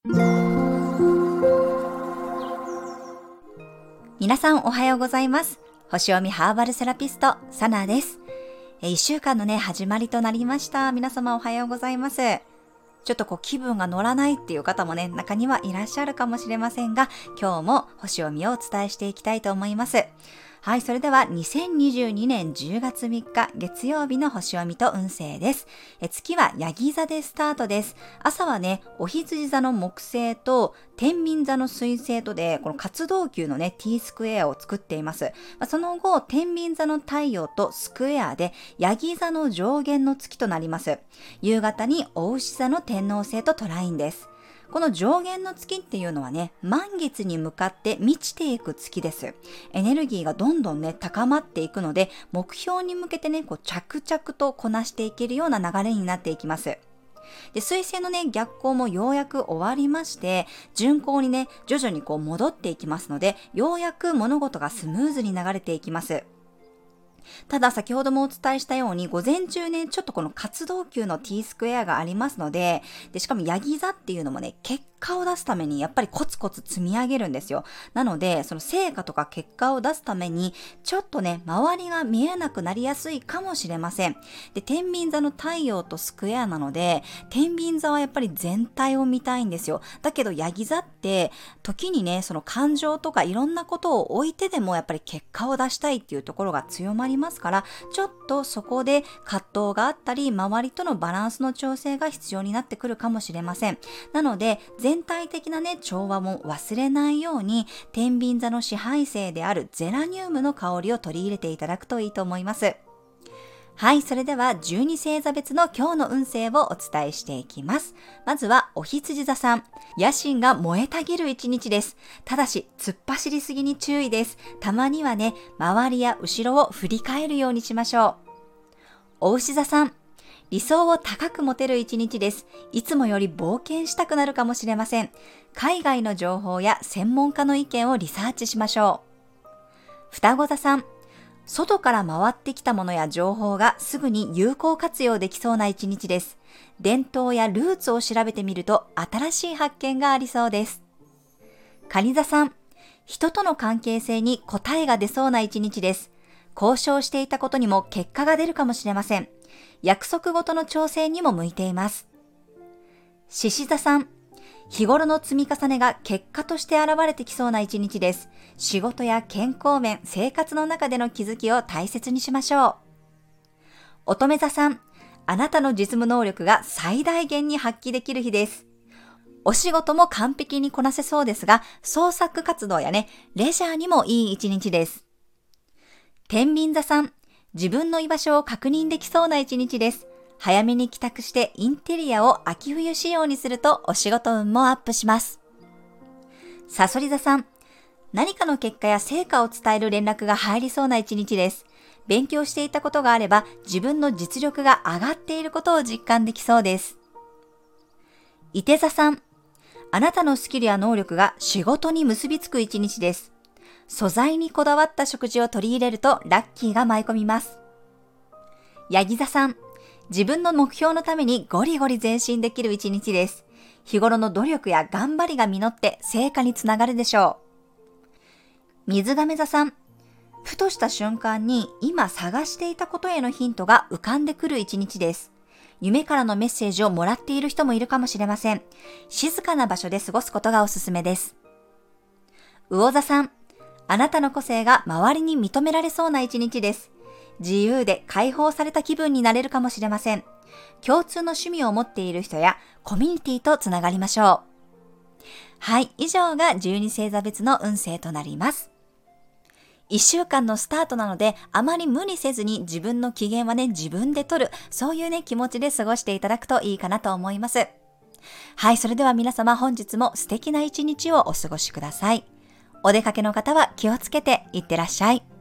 皆さんおはようございます。星読みハーバルセラピストサナです。1週間の始まりとなりました。皆様おはようございます。ちょっと気分が乗らないっていう方も中にはいらっしゃるかもしれませんが、今日も星読みをお伝えしていきたいと思います。はい、それでは2022年10月3日月曜日の星読みと運勢です。月はヤギ座でスタートです。朝はお羊座の木星と天秤座の水星とでこの活動球のT スクエアを作っています。その後天秤座の太陽とスクエアでヤギ座の上限の月となります。夕方に牡牛座の天王星とトラインです。この上限の月っていうのは満月に向かって満ちていく月です。エネルギーがどんどん高まっていくので、目標に向けて着々とこなしていけるような流れになっていきます。で、水星の逆行もようやく終わりまして、順行に徐々に戻っていきますので、ようやく物事がスムーズに流れていきます。ただ先ほどもお伝えしたように午前中ちょっとこの活動球の T スクエアがありますので、しかもヤギ座っていうのも結果を出すためにやっぱりコツコツ積み上げるんですよ。なのでその成果とか結果を出すためにちょっと周りが見えなくなりやすいかもしれません。で、天秤座の太陽とスクエアなので、天秤座はやっぱり全体を見たいんですよ。だけどヤギ座って時にその感情とかいろんなことを置いてでもやっぱり結果を出したいっていうところが強まりますから、ちょっとそこで葛藤があったり、周りとのバランスの調整が必要になってくるかもしれません。なので全体的な調和も忘れないように、天秤座の支配星であるゼラニウムの香りを取り入れていただくといいと思います。はい、それでは12星座別の今日の運勢をお伝えしていきます。まずはお羊座さん。野心が燃えたぎる一日です。ただし突っ走りすぎに注意です。たまには周りや後ろを振り返るようにしましょう。お牛座さん。理想を高く持てる一日です。いつもより冒険したくなるかもしれません。海外の情報や専門家の意見をリサーチしましょう。双子座さん。外から回ってきたものや情報がすぐに有効活用できそうな一日です。伝統やルーツを調べてみると新しい発見がありそうです。蟹座さん。人との関係性に答えが出そうな一日です。交渉していたことにも結果が出るかもしれません。約束ごとの調整にも向いています。獅子座さん。日頃の積み重ねが結果として現れてきそうな一日です。仕事や健康面、生活の中での気づきを大切にしましょう。乙女座さん。あなたの実務能力が最大限に発揮できる日です。お仕事も完璧にこなせそうですが、創作活動やレジャーにもいい一日です。天秤座さん。自分の居場所を確認できそうな一日です。早めに帰宅してインテリアを秋冬仕様にするとお仕事運もアップします。蠍座さん。何かの結果や成果を伝える連絡が入りそうな一日です。勉強していたことがあれば自分の実力が上がっていることを実感できそうです。射手座さん。あなたのスキルや能力が仕事に結びつく一日です。素材にこだわった食事を取り入れるとラッキーが舞い込みます。ヤギ座さん。自分の目標のためにゴリゴリ前進できる一日です。日頃の努力や頑張りが実って成果につながるでしょう。水亀座さん。ふとした瞬間に今探していたことへのヒントが浮かんでくる一日です。夢からのメッセージをもらっている人もいるかもしれません。静かな場所で過ごすことがおすすめです。魚座さん。あなたの個性が周りに認められそうな一日です。自由で解放された気分になれるかもしれません。共通の趣味を持っている人やコミュニティとつながりましょう。はい、以上が12星座別の運勢となります。1週間のスタートなので、あまり無理せずに自分の機嫌は自分で取る、そういう気持ちで過ごしていただくといいかなと思います。はい、それでは皆様本日も素敵な一日をお過ごしください。お出かけの方は気をつけていってらっしゃい。